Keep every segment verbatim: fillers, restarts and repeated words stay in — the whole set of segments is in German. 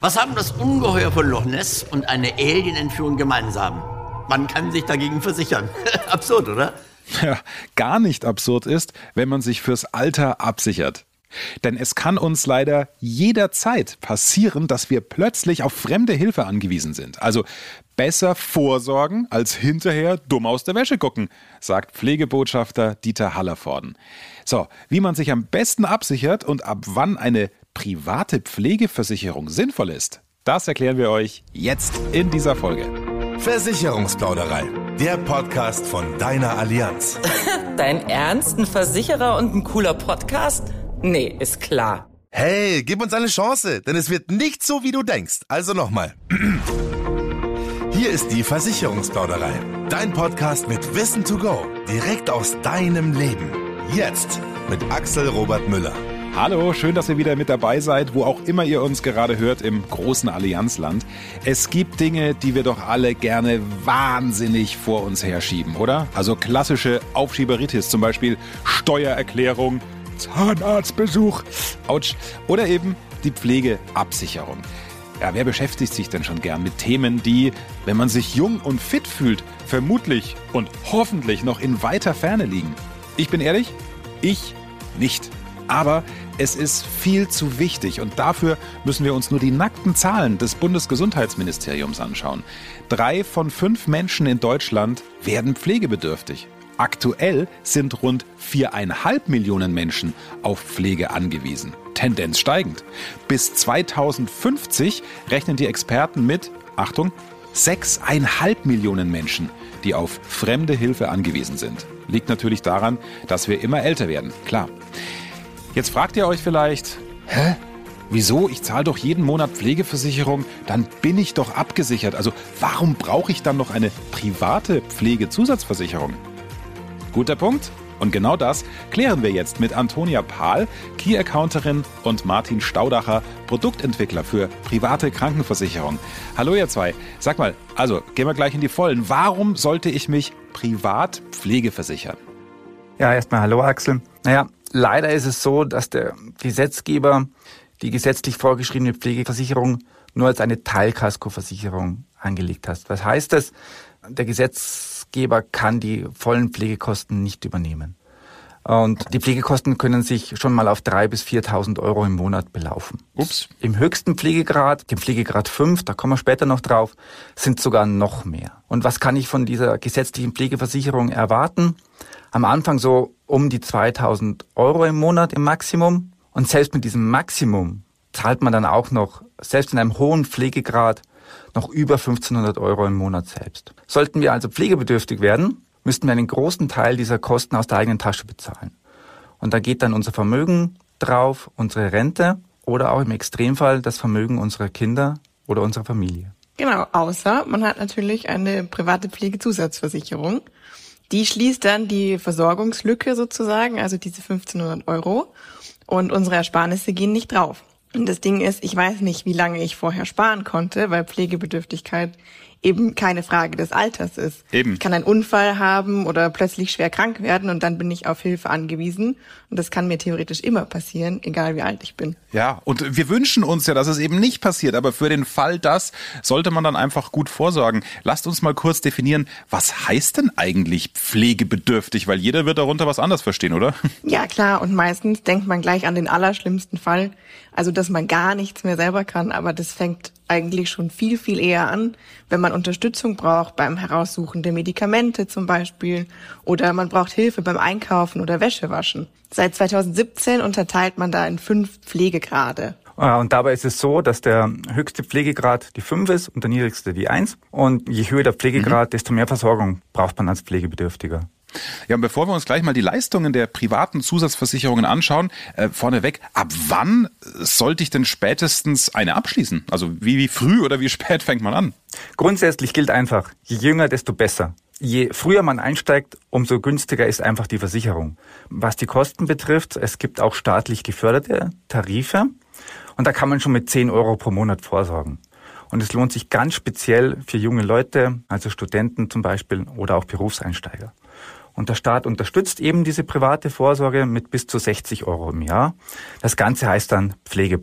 Was haben das Ungeheuer von Loch Ness und eine Alien-Entführung gemeinsam? Man kann sich dagegen versichern. Absurd, oder? Ja, gar nicht absurd ist, wenn man sich fürs Alter absichert. Denn es kann uns leider jederzeit passieren, dass wir plötzlich auf fremde Hilfe angewiesen sind. Also besser vorsorgen, als hinterher dumm aus der Wäsche gucken, sagt Pflegebotschafter Dieter Hallervorden. So, wie man sich am besten absichert und ab wann eine private Pflegeversicherung sinnvoll ist, das erklären wir euch jetzt in dieser Folge. Versicherungsplauderei, der Podcast von deiner Allianz. Dein Ernst? Ein Versicherer und ein cooler Podcast? Nee, ist klar. Hey, gib uns eine Chance, denn es wird nicht so, wie du denkst. Also nochmal. Hier ist die Versicherungsplauderei. Dein Podcast mit Wissen to go. Direkt aus deinem Leben. Jetzt mit Axel Robert Müller. Hallo, schön, dass ihr wieder mit dabei seid, wo auch immer ihr uns gerade hört im großen Allianzland. Es gibt Dinge, die wir doch alle gerne wahnsinnig vor uns herschieben, oder? Also klassische Aufschieberitis, zum Beispiel Steuererklärung, Zahnarztbesuch, Autsch, oder eben die Pflegeabsicherung. Ja, wer beschäftigt sich denn schon gern mit Themen, die, wenn man sich jung und fit fühlt, vermutlich und hoffentlich noch in weiter Ferne liegen? Ich bin ehrlich, ich nicht. Aber es ist viel zu wichtig und dafür müssen wir uns nur die nackten Zahlen des Bundesgesundheitsministeriums anschauen. Drei von fünf Menschen in Deutschland werden pflegebedürftig. Aktuell sind rund viereinhalb Millionen Menschen auf Pflege angewiesen. Tendenz steigend. Bis zweitausendfünfzig rechnen die Experten mit, Achtung, sechseinhalb Millionen Menschen, die auf fremde Hilfe angewiesen sind. Liegt natürlich daran, dass wir immer älter werden, klar. Jetzt fragt ihr euch vielleicht, hä? Wieso? Ich zahle doch jeden Monat Pflegeversicherung, dann bin ich doch abgesichert. Also warum brauche ich dann noch eine private Pflegezusatzversicherung? Guter Punkt. Und genau das klären wir jetzt mit Antonia Pahl, Key-Accounterin, und Martin Staudacher, Produktentwickler für private Krankenversicherung. Hallo ihr zwei. Sag mal, also gehen wir gleich in die Vollen. Warum sollte ich mich privat pflegeversichern? Ja, erstmal hallo Axel. Naja, leider ist es so, dass der Gesetzgeber die gesetzlich vorgeschriebene Pflegeversicherung nur als eine Teilkaskoversicherung angelegt hat. Was heißt das? Der Gesetzgeber kann die vollen Pflegekosten nicht übernehmen. Und die Pflegekosten können sich schon mal auf dreitausend bis viertausend Euro im Monat belaufen. Ups. Im höchsten Pflegegrad, dem Pflegegrad fünf, da kommen wir später noch drauf, sind sogar noch mehr. Und was kann ich von dieser gesetzlichen Pflegeversicherung erwarten? Am Anfang so um die zweitausend Euro im Monat im Maximum. Und selbst mit diesem Maximum zahlt man dann auch noch, selbst in einem hohen Pflegegrad, noch über fünfzehnhundert Euro im Monat selbst. Sollten wir also pflegebedürftig werden, müssten wir einen großen Teil dieser Kosten aus der eigenen Tasche bezahlen. Und da geht dann unser Vermögen drauf, unsere Rente oder auch im Extremfall das Vermögen unserer Kinder oder unserer Familie. Genau, außer man hat natürlich eine private Pflegezusatzversicherung. Die schließt dann die Versorgungslücke sozusagen, also diese fünfzehnhundert Euro, und unsere Ersparnisse gehen nicht drauf. Und das Ding ist, ich weiß nicht, wie lange ich vorher sparen konnte, weil Pflegebedürftigkeit eben keine Frage des Alters ist. Eben. Ich kann einen Unfall haben oder plötzlich schwer krank werden und dann bin ich auf Hilfe angewiesen. Und das kann mir theoretisch immer passieren, egal wie alt ich bin. Ja, und wir wünschen uns ja, dass es eben nicht passiert, aber für den Fall das sollte man dann einfach gut vorsorgen. Lasst uns mal kurz definieren, was heißt denn eigentlich pflegebedürftig? Weil jeder wird darunter was anderes verstehen, oder? Ja, klar. Und meistens denkt man gleich an den allerschlimmsten Fall. Also, dass man gar nichts mehr selber kann. Aber das fängt eigentlich schon viel, viel eher an, wenn man Unterstützung braucht beim Heraussuchen der Medikamente zum Beispiel. Oder man braucht Hilfe beim Einkaufen oder Wäschewaschen. Seit zweitausendsiebzehn unterteilt man da in fünf Pflegegrade. Und dabei ist es so, dass der höchste Pflegegrad die fünf ist und der niedrigste die eins. Und je höher der Pflegegrad, mhm. desto mehr Versorgung braucht man als Pflegebedürftiger. Ja, und bevor wir uns gleich mal die Leistungen der privaten Zusatzversicherungen anschauen, äh, vorneweg, ab wann sollte ich denn spätestens eine abschließen? Also wie, wie früh oder wie spät fängt man an? Grundsätzlich gilt einfach, je jünger, desto besser. Je früher man einsteigt, umso günstiger ist einfach die Versicherung. Was die Kosten betrifft, es gibt auch staatlich geförderte Tarife und da kann man schon mit zehn Euro pro Monat vorsorgen. Und es lohnt sich ganz speziell für junge Leute, also Studenten zum Beispiel oder auch Berufseinsteiger. Und der Staat unterstützt eben diese private Vorsorge mit bis zu sechzig Euro im Jahr. Das Ganze heißt dann pflegebar.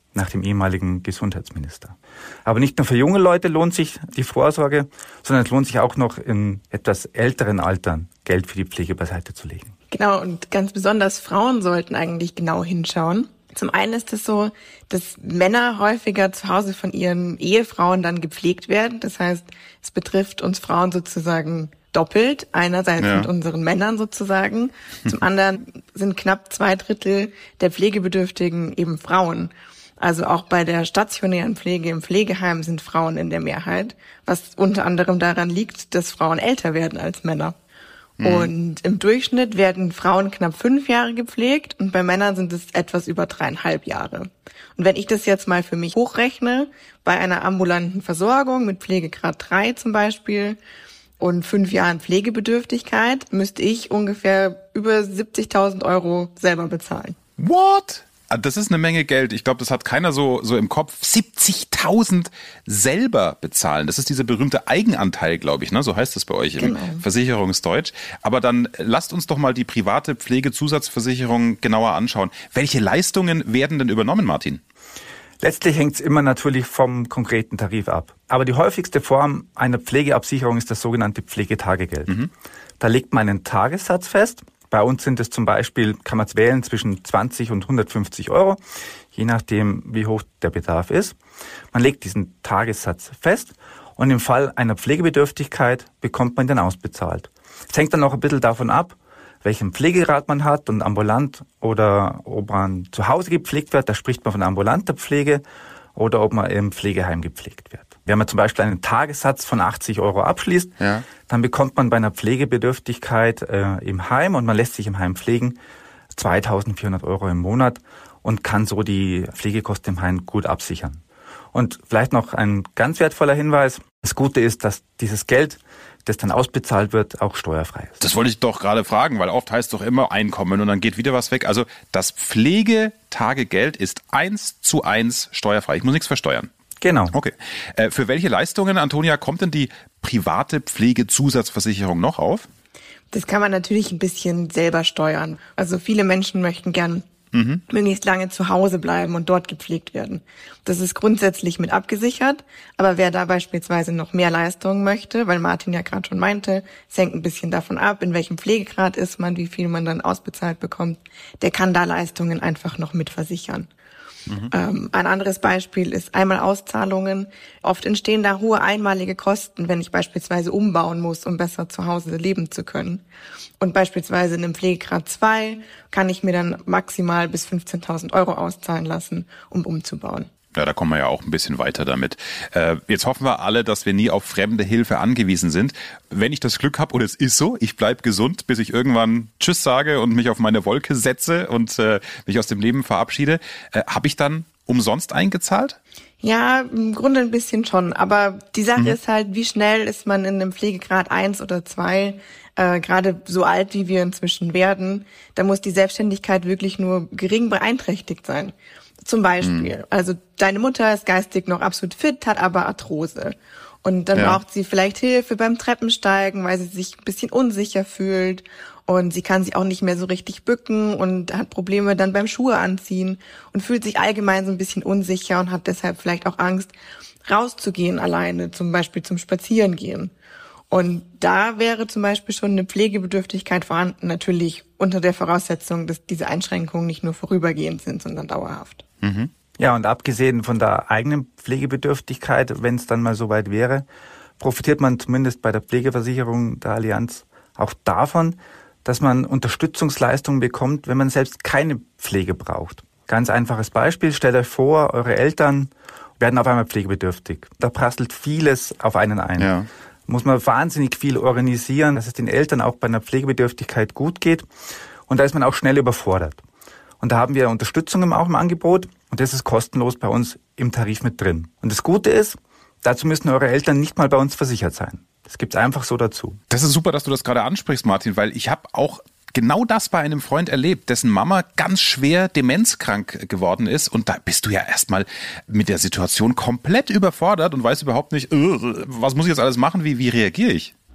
nach dem ehemaligen Gesundheitsminister. Aber nicht nur für junge Leute lohnt sich die Vorsorge, sondern es lohnt sich auch noch in etwas älteren Altern Geld für die Pflege beiseite zu legen. Genau, und ganz besonders Frauen sollten eigentlich genau hinschauen. Zum einen ist es so, dass Männer häufiger zu Hause von ihren Ehefrauen dann gepflegt werden. Das heißt, es betrifft uns Frauen sozusagen doppelt. Einerseits ja. mit unseren Männern sozusagen. Zum anderen sind knapp zwei Drittel der Pflegebedürftigen eben Frauen. Also auch bei der stationären Pflege im Pflegeheim sind Frauen in der Mehrheit, was unter anderem daran liegt, dass Frauen älter werden als Männer. Mhm. Und im Durchschnitt werden Frauen knapp fünf Jahre gepflegt und bei Männern sind es etwas über dreieinhalb Jahre. Und wenn ich das jetzt mal für mich hochrechne, bei einer ambulanten Versorgung mit Pflegegrad drei zum Beispiel und fünf Jahren Pflegebedürftigkeit, müsste ich ungefähr über siebzigtausend Euro selber bezahlen. What? Das ist eine Menge Geld. Ich glaube, das hat keiner so so im Kopf. siebzigtausend selber bezahlen. Das ist dieser berühmte Eigenanteil, glaube ich, ne? So heißt das bei euch im genau. Versicherungsdeutsch. Aber dann lasst uns doch mal die private Pflegezusatzversicherung genauer anschauen. Welche Leistungen werden denn übernommen, Martin? Letztlich hängt es immer natürlich vom konkreten Tarif ab. Aber die häufigste Form einer Pflegeabsicherung ist das sogenannte Pflegetagegeld. Mhm. Da legt man einen Tagessatz fest. Bei uns sind es zum Beispiel, kann man es wählen, zwischen zwanzig und hundertfünfzig Euro, je nachdem, wie hoch der Bedarf ist. Man legt diesen Tagessatz fest und im Fall einer Pflegebedürftigkeit bekommt man den ausbezahlt. Es hängt dann auch ein bisschen davon ab, welchen Pflegegrad man hat und ambulant oder ob man zu Hause gepflegt wird, da spricht man von ambulanter Pflege, oder ob man im Pflegeheim gepflegt wird. Wenn man zum Beispiel einen Tagessatz von achtzig Euro abschließt, ja. dann bekommt man bei einer Pflegebedürftigkeit äh, im Heim und man lässt sich im Heim pflegen zweitausendvierhundert Euro im Monat und kann so die Pflegekosten im Heim gut absichern. Und vielleicht noch ein ganz wertvoller Hinweis. Das Gute ist, dass dieses Geld, das dann ausbezahlt wird, auch steuerfrei ist. Das wollte ich doch gerade fragen, weil oft heißt es doch immer Einkommen und dann geht wieder was weg. Also das Pflegetagegeld ist eins zu eins steuerfrei. Ich muss nichts versteuern. Genau. Okay. Äh, für welche Leistungen, Antonia, kommt denn die private Pflegezusatzversicherung noch auf? Das kann man natürlich ein bisschen selber steuern. Also viele Menschen möchten gern Mhm. möglichst lange zu Hause bleiben und dort gepflegt werden. Das ist grundsätzlich mit abgesichert, aber wer da beispielsweise noch mehr Leistungen möchte, weil Martin ja gerade schon meinte, es hängt ein bisschen davon ab, in welchem Pflegegrad ist man, wie viel man dann ausbezahlt bekommt, der kann da Leistungen einfach noch mit versichern. Mhm. Ähm, ein anderes Beispiel ist einmal Auszahlungen. Oft entstehen da hohe einmalige Kosten, wenn ich beispielsweise umbauen muss, um besser zu Hause leben zu können. Und beispielsweise in einem Pflegegrad zwei kann ich mir dann maximal bis fünfzehntausend Euro auszahlen lassen, um umzubauen. Ja, da kommen wir ja auch ein bisschen weiter damit. Äh, jetzt hoffen wir alle, dass wir nie auf fremde Hilfe angewiesen sind. Wenn ich das Glück habe, und es ist so, ich bleib gesund, bis ich irgendwann Tschüss sage und mich auf meine Wolke setze und äh, mich aus dem Leben verabschiede, äh, habe ich dann umsonst eingezahlt? Ja, im Grunde ein bisschen schon. Aber die Sache mhm. ist halt, wie schnell ist man in einem Pflegegrad eins oder zwei, äh, gerade so alt, wie wir inzwischen werden, da muss die Selbstständigkeit wirklich nur gering beeinträchtigt sein. Zum Beispiel, mhm. also deine Mutter ist geistig noch absolut fit, hat aber Arthrose. Und dann ja. braucht sie vielleicht Hilfe beim Treppensteigen, weil sie sich ein bisschen unsicher fühlt. Und sie kann sich auch nicht mehr so richtig bücken und hat Probleme dann beim Schuhe anziehen und fühlt sich allgemein so ein bisschen unsicher und hat deshalb vielleicht auch Angst, rauszugehen alleine, zum Beispiel zum Spazierengehen. Und da wäre zum Beispiel schon eine Pflegebedürftigkeit vorhanden, natürlich unter der Voraussetzung, dass diese Einschränkungen nicht nur vorübergehend sind, sondern dauerhaft. Mhm. Ja, und abgesehen von der eigenen Pflegebedürftigkeit, wenn es dann mal soweit wäre, profitiert man zumindest bei der Pflegeversicherung der Allianz auch davon, dass man Unterstützungsleistungen bekommt, wenn man selbst keine Pflege braucht. Ganz einfaches Beispiel, stellt euch vor, eure Eltern werden auf einmal pflegebedürftig. Da prasselt vieles auf einen ein. Ja. Muss man wahnsinnig viel organisieren, dass es den Eltern auch bei einer Pflegebedürftigkeit gut geht. Und da ist man auch schnell überfordert. Und da haben wir Unterstützung auch im Angebot und das ist kostenlos bei uns im Tarif mit drin. Und das Gute ist, dazu müssen eure Eltern nicht mal bei uns versichert sein. Das gibt's einfach so dazu. Das ist super, dass du das gerade ansprichst, Martin, weil ich habe auch genau das bei einem Freund erlebt, dessen Mama ganz schwer demenzkrank geworden ist und da bist du ja erstmal mit der Situation komplett überfordert und weißt überhaupt nicht, was muss ich jetzt alles machen, wie, wie reagiere ich?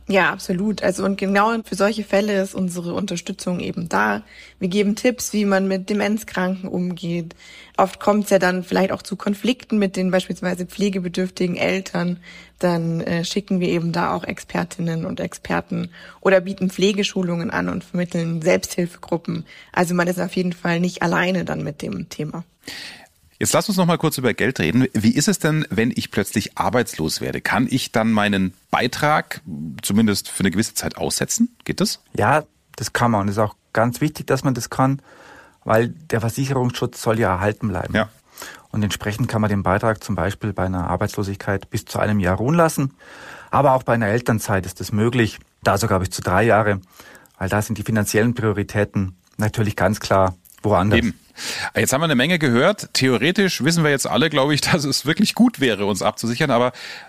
Ja, absolut. Also und genau für solche Fälle ist unsere Unterstützung eben da. Wir geben Tipps, wie man mit Demenzkranken umgeht. Oft kommt es ja dann vielleicht auch zu Konflikten mit den beispielsweise pflegebedürftigen Eltern. Dann äh, schicken wir eben da auch Expertinnen und Experten oder bieten Pflegeschulungen an und vermitteln Selbsthilfegruppen. Also man ist auf jeden Fall nicht alleine dann mit dem Thema. Jetzt lass uns noch mal kurz über Geld reden. Wie ist es denn, wenn ich plötzlich arbeitslos werde? Kann ich dann meinen Beitrag zumindest für eine gewisse Zeit aussetzen? Geht das? Ja, das kann man. Und es ist auch ganz wichtig, dass man das kann, weil der Versicherungsschutz soll ja erhalten bleiben. Ja. Und entsprechend kann man den Beitrag zum Beispiel bei einer Arbeitslosigkeit bis zu einem Jahr ruhen lassen. Aber auch bei einer Elternzeit ist das möglich. Da sogar bis zu drei Jahre. Weil da sind die finanziellen Prioritäten natürlich ganz klar woanders. Eben. Jetzt haben wir eine Menge gehört. Theoretisch wissen wir jetzt alle, glaube ich, dass es wirklich gut wäre, uns abzusichern. Aber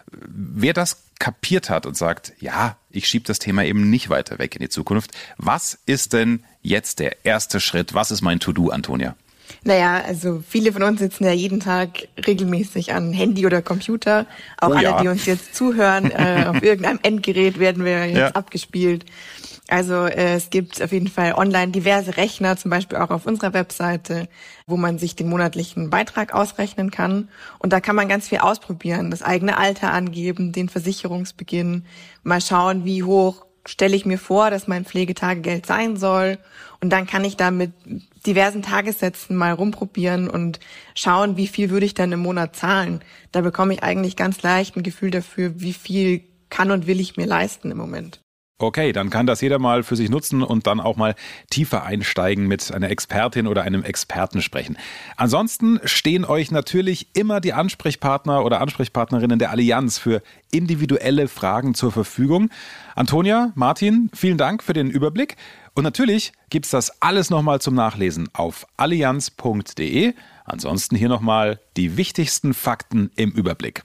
wer das kapiert hat und sagt, ja, ich schiebe das Thema eben nicht weiter weg in die Zukunft. Was ist denn jetzt der erste Schritt? Was ist mein To-Do, Antonia? Naja, also viele von uns sitzen ja jeden Tag regelmäßig an Handy oder Computer. Auch oh, alle, ja. die uns jetzt zuhören, äh, auf irgendeinem Endgerät werden wir jetzt ja. abgespielt. Also äh, es gibt auf jeden Fall online diverse Rechner, zum Beispiel auch auf unserer Webseite, wo man sich den monatlichen Beitrag ausrechnen kann. Und da kann man ganz viel ausprobieren, das eigene Alter angeben, den Versicherungsbeginn, mal schauen, wie hoch stelle ich mir vor, dass mein Pflegetagegeld sein soll. Und dann kann ich da mit diversen Tagessätzen mal rumprobieren und schauen, wie viel würde ich dann im Monat zahlen. Da bekomme ich eigentlich ganz leicht ein Gefühl dafür, wie viel kann und will ich mir leisten im Moment. Okay, dann kann das jeder mal für sich nutzen und dann auch mal tiefer einsteigen, mit einer Expertin oder einem Experten sprechen. Ansonsten stehen euch natürlich immer die Ansprechpartner oder Ansprechpartnerinnen der Allianz für individuelle Fragen zur Verfügung. Antonia, Martin, vielen Dank für den Überblick. Und natürlich gibt's das alles nochmal zum Nachlesen auf allianz punkt de. Ansonsten hier nochmal die wichtigsten Fakten im Überblick.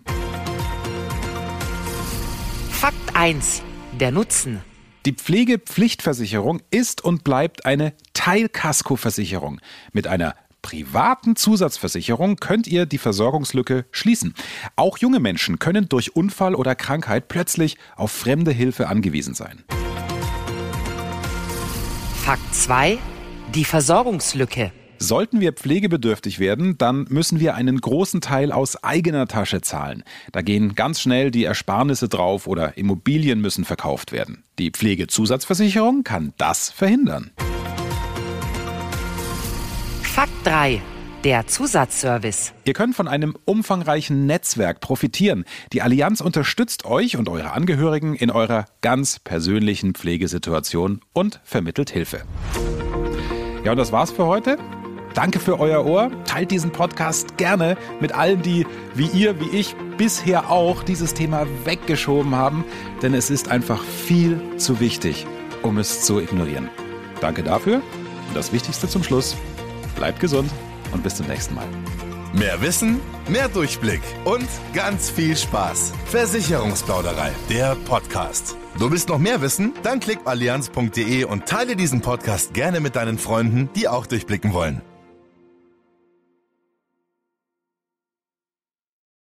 Fakt eins. Der Nutzen. Die Pflegepflichtversicherung ist und bleibt eine Teilkaskoversicherung. Mit einer privaten Zusatzversicherung könnt ihr die Versorgungslücke schließen. Auch junge Menschen können durch Unfall oder Krankheit plötzlich auf fremde Hilfe angewiesen sein. Fakt zwei. Die Versorgungslücke. Sollten wir pflegebedürftig werden, dann müssen wir einen großen Teil aus eigener Tasche zahlen. Da gehen ganz schnell die Ersparnisse drauf oder Immobilien müssen verkauft werden. Die Pflegezusatzversicherung kann das verhindern. Fakt drei. Der Zusatzservice. Ihr könnt von einem umfangreichen Netzwerk profitieren. Die Allianz unterstützt euch und eure Angehörigen in eurer ganz persönlichen Pflegesituation und vermittelt Hilfe. Ja, und das war's für heute. Danke für euer Ohr. Teilt diesen Podcast gerne mit allen, die, wie ihr, wie ich, bisher auch dieses Thema weggeschoben haben. Denn es ist einfach viel zu wichtig, um es zu ignorieren. Danke dafür. Und das Wichtigste zum Schluss. Bleibt gesund und bis zum nächsten Mal. Mehr Wissen, mehr Durchblick und ganz viel Spaß. Versicherungsplauderei, der Podcast. Du willst noch mehr wissen? Dann klick allianz punkt de und teile diesen Podcast gerne mit deinen Freunden, die auch durchblicken wollen.